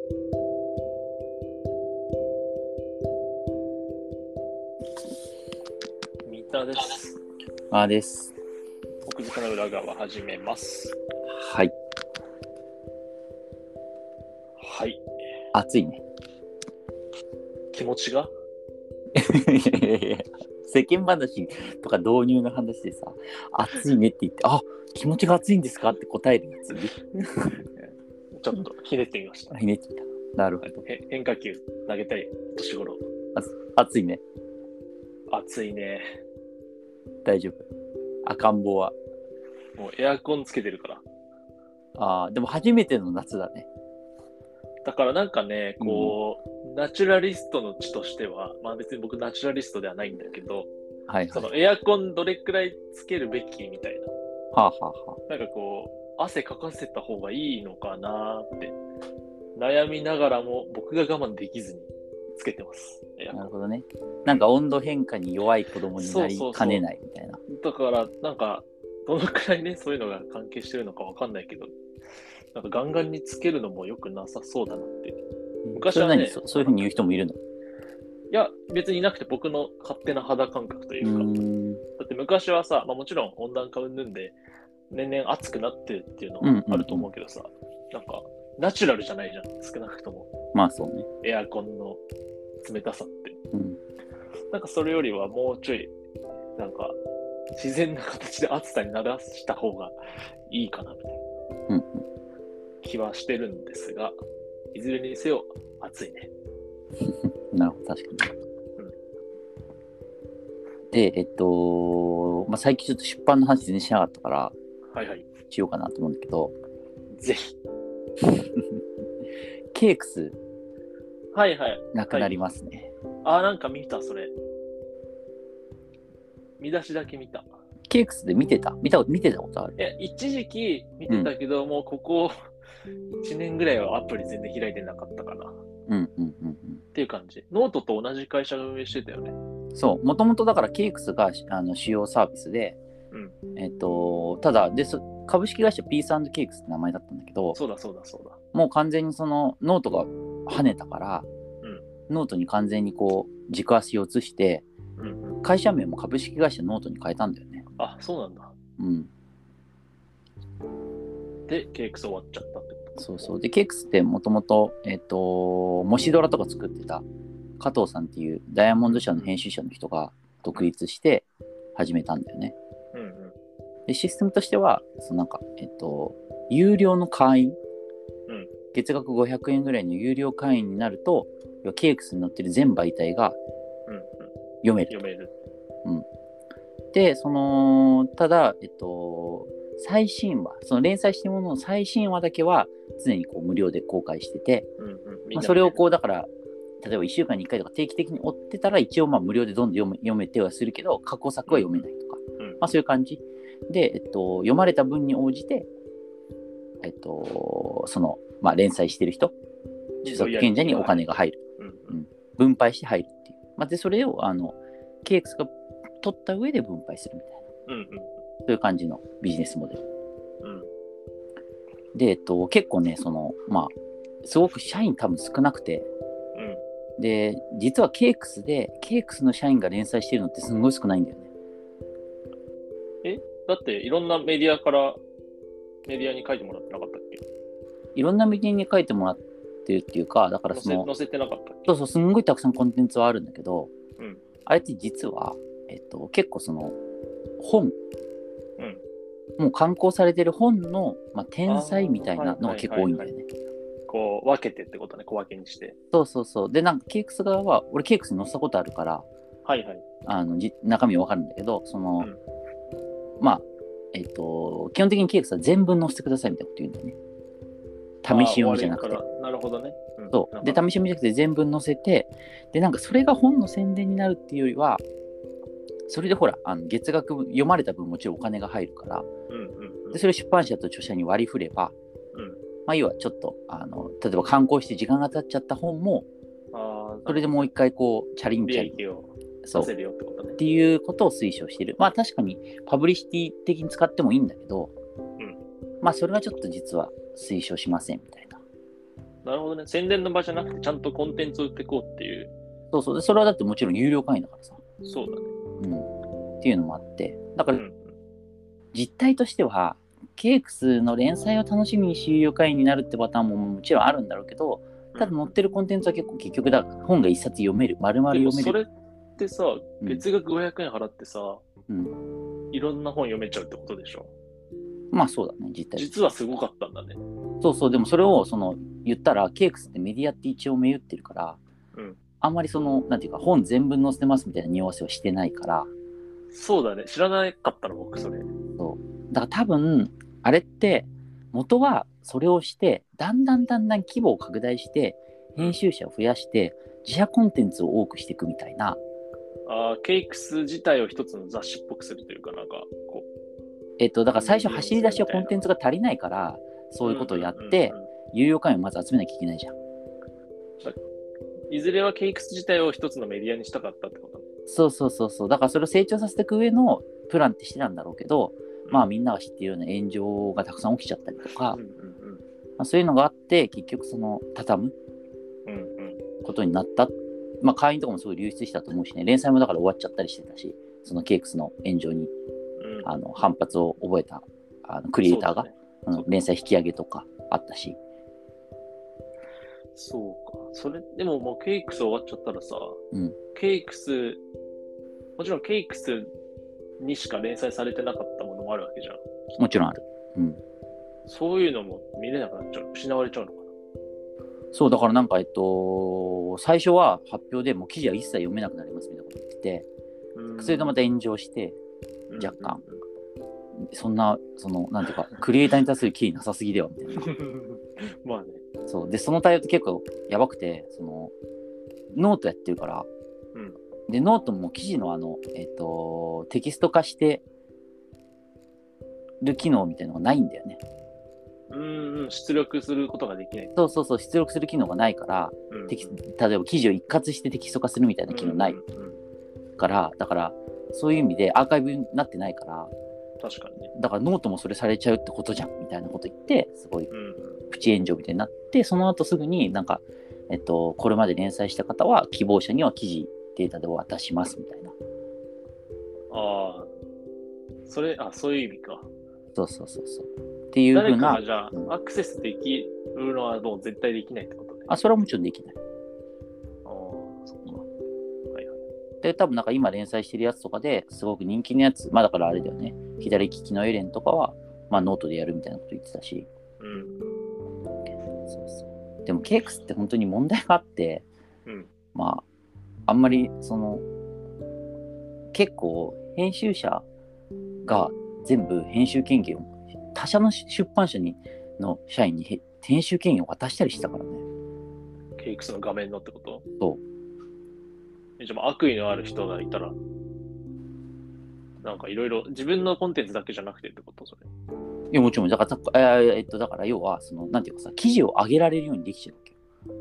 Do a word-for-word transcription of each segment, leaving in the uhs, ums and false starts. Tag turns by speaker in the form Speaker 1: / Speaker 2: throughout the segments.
Speaker 1: 三田です。
Speaker 2: あーです。
Speaker 1: 奥塚の裏側始めます。
Speaker 2: はい。
Speaker 1: はい。
Speaker 2: 暑いね。
Speaker 1: 気持ちが
Speaker 2: 世間話とか導入の話でさ、暑いねって言って、あ、気持ちが暑いんですかって答えるやついる。
Speaker 1: ちょっとひねってみました。
Speaker 2: ひねってみた。なるほど。
Speaker 1: へ変化球投げたい年頃。
Speaker 2: あ暑いね。
Speaker 1: 暑いね。
Speaker 2: 大丈夫。赤ん坊は。
Speaker 1: もうエアコンつけてるから。
Speaker 2: ああ、でも初めての夏だね。
Speaker 1: だからなんかね、こう、うん、ナチュラリストの地としては、まあ別に僕ナチュラリストではないんだけど、
Speaker 2: はいはい、
Speaker 1: そのエアコンどれくらいつけるべきみたいな。
Speaker 2: はあはあは
Speaker 1: あ、なんかこう、汗かかせた方がいいのかなって悩みながらも僕が我慢できずにつけてます。
Speaker 2: なるほどね。なんか温度変化に弱い子供になりかねないみたいな。
Speaker 1: そうそうそう。だからなんかどのくらいねそういうのが関係してるのかわかんないけど、なんかガンガンにつけるのも良くなさそうだなって。
Speaker 2: 昔はね、そ, そういうふうに言う人もいるの？い
Speaker 1: や別にいなくて僕の勝手な肌感覚というか。うーんだって昔はさ、まあ、もちろん温暖化云々で年々暑くなってるっていうのはあると思うけどさ、うんうんうん、なんかナチュラルじゃないじゃん、少なくとも。
Speaker 2: まあそうね。
Speaker 1: エアコンの冷たさって、
Speaker 2: うん、
Speaker 1: なんかそれよりはもうちょいなんか自然な形で暑さに慣らした方がいいかなみたいな気はしてるんですが、いずれにせよ暑いね。
Speaker 2: なるほど、確かに。うん、で、えっと、まあ、最近ちょっと出版の話全然しなかったから、
Speaker 1: はいはい、
Speaker 2: しようかなと思うんだけど、
Speaker 1: ぜひ。
Speaker 2: ケークス、
Speaker 1: はいはい、
Speaker 2: なくなりますね。
Speaker 1: はい、あ、なんか見た、それ。見出しだけ見た。
Speaker 2: ケークスで見てた見た見てたことある？
Speaker 1: いや、一時期見てたけど、うん、もうここいちねんぐらいはアプリ全然開いてなかったかな。
Speaker 2: うんうんうんうん。
Speaker 1: っていう感じ。ノートと同じ会社が運営してたよね。
Speaker 2: そう、もともとだからケークスがあの主要サービスで、うん、えっと、ただで株式会社ピース&ケークスって名前だったんだけど、
Speaker 1: そうだそうだそうだ。
Speaker 2: もう完全にそのノートが跳ねたから、うん、ノートに完全にこう軸足を移して、うんうん、会社名も株式会社ノートに変えたんだよね。
Speaker 1: あ、そうなんだ。うん。で、ケークス終わっちゃったってこと？
Speaker 2: そうそう。で、ケークスってもともと、えっと、もしドラとか作ってた加藤さんっていうダイヤモンド社の編集者の人が独立して始めたんだよね。うんうん。で、システムとしては、そのなんか、えっと、有料の会員、うん、月額ごひゃくえんぐらいの有料会員になると、ケークスに載ってる全媒体が読める。
Speaker 1: うんうん、読める。
Speaker 2: うん。で、その、ただ、えっと、最新話、その連載してるものの最新話だけは常にこう無料で公開してて、うんうんまあ、それをこうだから例えばいっしゅうかんにいっかいとか定期的に追ってたら一応まあ無料でどんどん読め、読めてはするけど過去作は読めないとか、うんまあ、そういう感じで、えっと、読まれた分に応じて、えっと、その、まあ、連載してる人著作権者にお金が入る、うんうん、分配して入るっていう、まあ、でそれをあのケークスが取った上で分配するみたいな、うんうん、そういう感じのビジネスモデル、うん、で、えっと、結構ねそのまあすごく社員多分少なくて、うん、で実はケークスでケークスの社員が連載してるのってすんごい少ないんだよね。
Speaker 1: えだっていろんなメディアからメディアに書いてもらってなかったっけ？
Speaker 2: いろんなメディアに書いてもらってるっていうか、だからその
Speaker 1: 載せてなかったっけ？
Speaker 2: そうそう、すんごいたくさんコンテンツはあるんだけど、うん、あれって実は、えっと、結構その本、うん、もう刊行されてる本の、まあ、天才みたいなのが結構多いんだよね。はいはいはいはい、
Speaker 1: こう分けてってことね、小分けにして。
Speaker 2: そうそうそう。で、なんかケークス側は、俺ケークスに載せたことあるから、はいはい、あのじ中身わかるんだけど、その、うん、まあ、えっと、基本的にケークスは全文載せてくださいみたいなこと言うんだよね。試し読みじゃなくて。
Speaker 1: なるほどね。
Speaker 2: うん、そう。で、試し読みじゃなくて全文載せて、で、なんかそれが本の宣伝になるっていうよりは、それでほら、あの月額読まれた分もちろんお金が入るから、うんうんうん、でそれを出版社と著者に割り振れば、うん、まあ要はちょっとあの例えば刊行して時間が経っちゃった本も、あそれでもう一回こうチャリンチャリン
Speaker 1: そうせるよってことね。
Speaker 2: っていうことを推奨している。まあ確かにパブリシティ的に使ってもいいんだけど、うん、まあそれはちょっと実は推奨しませんみたいな
Speaker 1: なるほどね。宣伝の場じゃなくて、ちゃんとコンテンツを売っていこうっていう。
Speaker 2: そうそう。で、それはだってもちろん有料会員だからさ。
Speaker 1: そうだね。
Speaker 2: うん。っていうのもあって。だから、
Speaker 1: うん、
Speaker 2: 実態としては、ケークスの連載を楽しみに有料会員になるってパターンももちろんあるんだろうけど、ただ載ってるコンテンツは結構結局だ本が一冊読める、丸々読める。
Speaker 1: でもそれってさ、月額ごひゃくえん払ってさ、
Speaker 2: うん、
Speaker 1: いろんな本読めちゃうってことでしょ。
Speaker 2: まあそうだね、実態。
Speaker 1: 実はすごかったんだね。
Speaker 2: そうそう、でもそれをその言ったら、ケークスってメディアって一応銘打ってるから、うん、あんまりその、なんていうか、本全文載せてますみたいな匂わせをしてないから。
Speaker 1: そうだね、知らなかったの、僕、それ。
Speaker 2: そう。だから多分、あれって、元はそれをして、だんだんだんだん規模を拡大して、編集者を増やして、自社コンテンツを多くしていくみたいな。
Speaker 1: ああ、ケイクス自体を一つの雑誌っぽくするというか、なんか、こう。
Speaker 2: えっと、だから最初走り出しはコンテンツが足りないから、そういうことをやって、うんうんうんうん、有料会員をまず集めなきゃいけないじゃん。
Speaker 1: いずれはケイクス自体を一つのメディアにしたかったってこと？
Speaker 2: そうそうそうそう。だからそれを成長させていく上のプランってしてたんだろうけど、うん、まあみんなが知っているような炎上がたくさん起きちゃったりとか、うんうんうん、まあ、そういうのがあって結局その畳むことになった。まあ会員とかもすごい流出したと思うしね、連載もだから終わっちゃったりしてたし、そのケイクスの炎上に、うん、あの反発を覚えたあのクリエイターが、ね、うん、連載引き上げとかあったし。
Speaker 1: そうか。それでももうケイクス終わっちゃったらさ、
Speaker 2: うん、
Speaker 1: ケイクスもちろんケイクスにしか連載されてなかったものもあるわけじゃん。
Speaker 2: もちろんある。うん。
Speaker 1: そういうのも見れなくなっちゃう、失われちゃうのかな。
Speaker 2: そうだからなんかえっと最初は発表でもう記事は一切読めなくなりますみたいなこと言ってて、うん、それでまた炎上して若干、うんうんうん、そんなそのなんていうかクリエイターに対する敬意なさすぎではみたいな。
Speaker 1: まあね。
Speaker 2: そうでその対応って結構やばくて、そのノートやってるから、うん、でノートも記事のあのえっとテキスト化してる機能みたいなのがないんだよね。
Speaker 1: うんうん、出力することができない。
Speaker 2: そうそうそう、出力する機能がないから、うんうん、テキ例えば記事を一括してテキスト化するみたいな機能ない、うんうんうん、からだからそういう意味でアーカイブになってないから、
Speaker 1: 確かにね。
Speaker 2: だからノートもそれされちゃうってことじゃんみたいなこと言ってすごいプチ炎上みたいになって、その後すぐになんかえっとこれまで連載した方は希望者には記事データで渡しますみたいな。
Speaker 1: ああ、それあそういう意味か。
Speaker 2: そうそうそうそう。っていう風な。
Speaker 1: 誰かがじゃあ、うん、アクセスできるのはもう絶対できないってことね。
Speaker 2: あ、それはもちろんできない。あ
Speaker 1: あ、そっか。はいはい。
Speaker 2: で、多分なんか今連載してるやつとかですごく人気のやつ、まあだからあれだよね、左利きのエレンとかは、まあノートでやるみたいなこと言ってたし。うん。そうそう。でもケークスって本当に問題があって、うん、まあ、あんまりその、結構編集者が全部編集権限を他社の出版社にの社員に編集権限を渡したりしたからね。
Speaker 1: ケイクスの画面のってこと？
Speaker 2: そう。
Speaker 1: じゃあ悪意のある人がいたら、なんかいろいろ自分のコンテンツだけじゃなくてってこと？それ。
Speaker 2: いやもちろんだから、えー、えっとだから要はそのなんていうかさ、記事を上げられるようにできちゃうわけよ。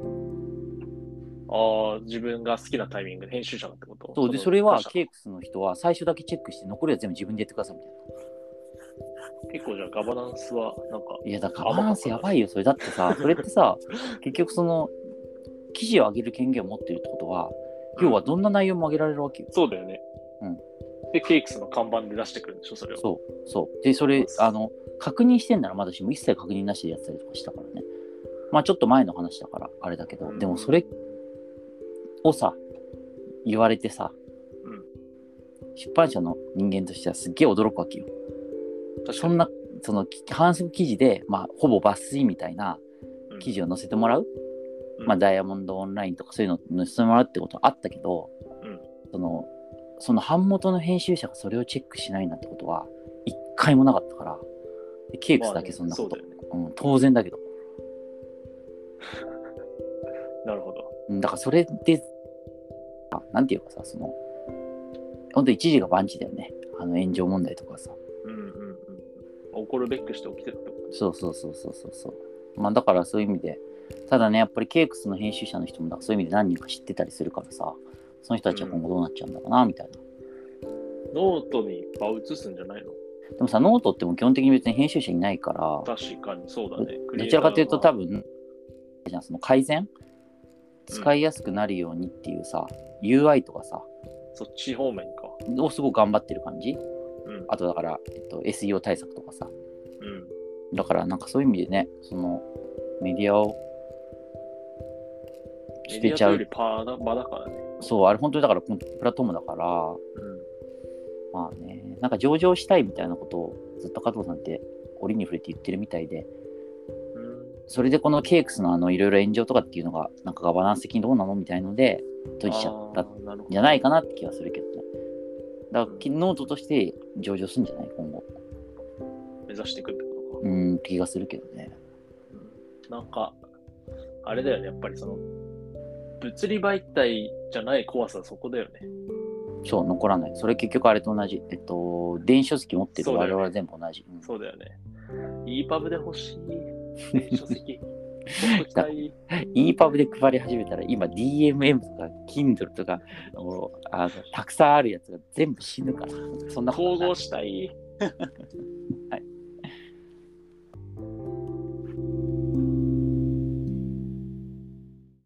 Speaker 1: ああ、自分が好きなタイミングで編集者だってこと？
Speaker 2: そうで、それはケイクスの人は最初だけチェックして残りは全部自分でやってくださいみたいな。
Speaker 1: 結構じゃあガバナンスはなんか、
Speaker 2: いやだからガバナンスやばいよ。それだってさ、それってさ結局その記事を上げる権限を持ってるってことは、うん、要はどんな内容も上げられるわけよ。
Speaker 1: そうだよね。うん。でケイクスの看板で出してくるんでしょ、それを。
Speaker 2: そうそうでそれあの確認してんならまだしも一切確認なしでやってたりとかしたからね。まあちょっと前の話だからあれだけど、うん、でもそれをさ言われてさ、うん、出版社の人間としてはすっげえ驚くわけよ。そんなその反則記事で、まあ、ほぼ抜粋みたいな記事を載せてもらう、うん、まあ、ダイヤモンドオンラインとかそういうの載せてもらうってことはあったけど、うん、そのその版元の編集者がそれをチェックしないなんてことは一回もなかったから、でケイクスだけそんなこと、まあねうん、当然だけど
Speaker 1: なるほど。
Speaker 2: だからそれでなんていうかさ、その本当一時が万事だよね、あの炎上問題とかさ。
Speaker 1: うんうんうん、起こるべくして起きてたってこと。
Speaker 2: そうそうそうそうそうそう。まあだからそういう意味で、ただねやっぱりケイクスの編集者の人もだそういう意味で何人か知ってたりするからさ、その人たちは今後どうなっちゃうんだろうなみたいな。
Speaker 1: うん、ノートに場を移すんじゃないの？
Speaker 2: でもさ、ノートっても基本的に別に編集者いないから。
Speaker 1: 確かにそうだね。
Speaker 2: どちらかというと多分じゃん、その改善、使いやすくなるようにっていうさ、うん、ユーアイ とかさ、
Speaker 1: そっち方面か
Speaker 2: をすごく頑張ってる感じ、
Speaker 1: うん、
Speaker 2: あとだから、えっと、エスイーオー 対策とかさ、
Speaker 1: うん、
Speaker 2: だからなんかそういう意味でね、そのメディアを捨てちゃう。
Speaker 1: メディアというよりパー場だからね。
Speaker 2: そう、あれ本当にだからプラットフォームだから、うん、まあね、なんか上場したいみたいなことをずっと加藤さんって折に触れて言ってるみたいで、うん、それでこのケークスのあのいろいろ炎上とかっていうのがなんかガバナンス的にどうなのみたいので閉じちゃったんじゃないかなって気がするけどね。だから、うん、ノートとして上場するんじゃない今後。
Speaker 1: 目指していくってことか。
Speaker 2: うん気がするけどね。
Speaker 1: うん、なんかあれだよね、やっぱりその物理媒体じゃない怖さはそこだよね。
Speaker 2: そう、残らない。それ結局あれと同じ。えっと、電子書籍持ってる我々は全部同じ。
Speaker 1: そうだよね。イーパブ で欲しい。電子書籍。
Speaker 2: イーパブ で配り始めたら、今 ディーエムエム とか Kindle とかあのたくさんあるやつが全部死ぬから。そんな
Speaker 1: 統合したい。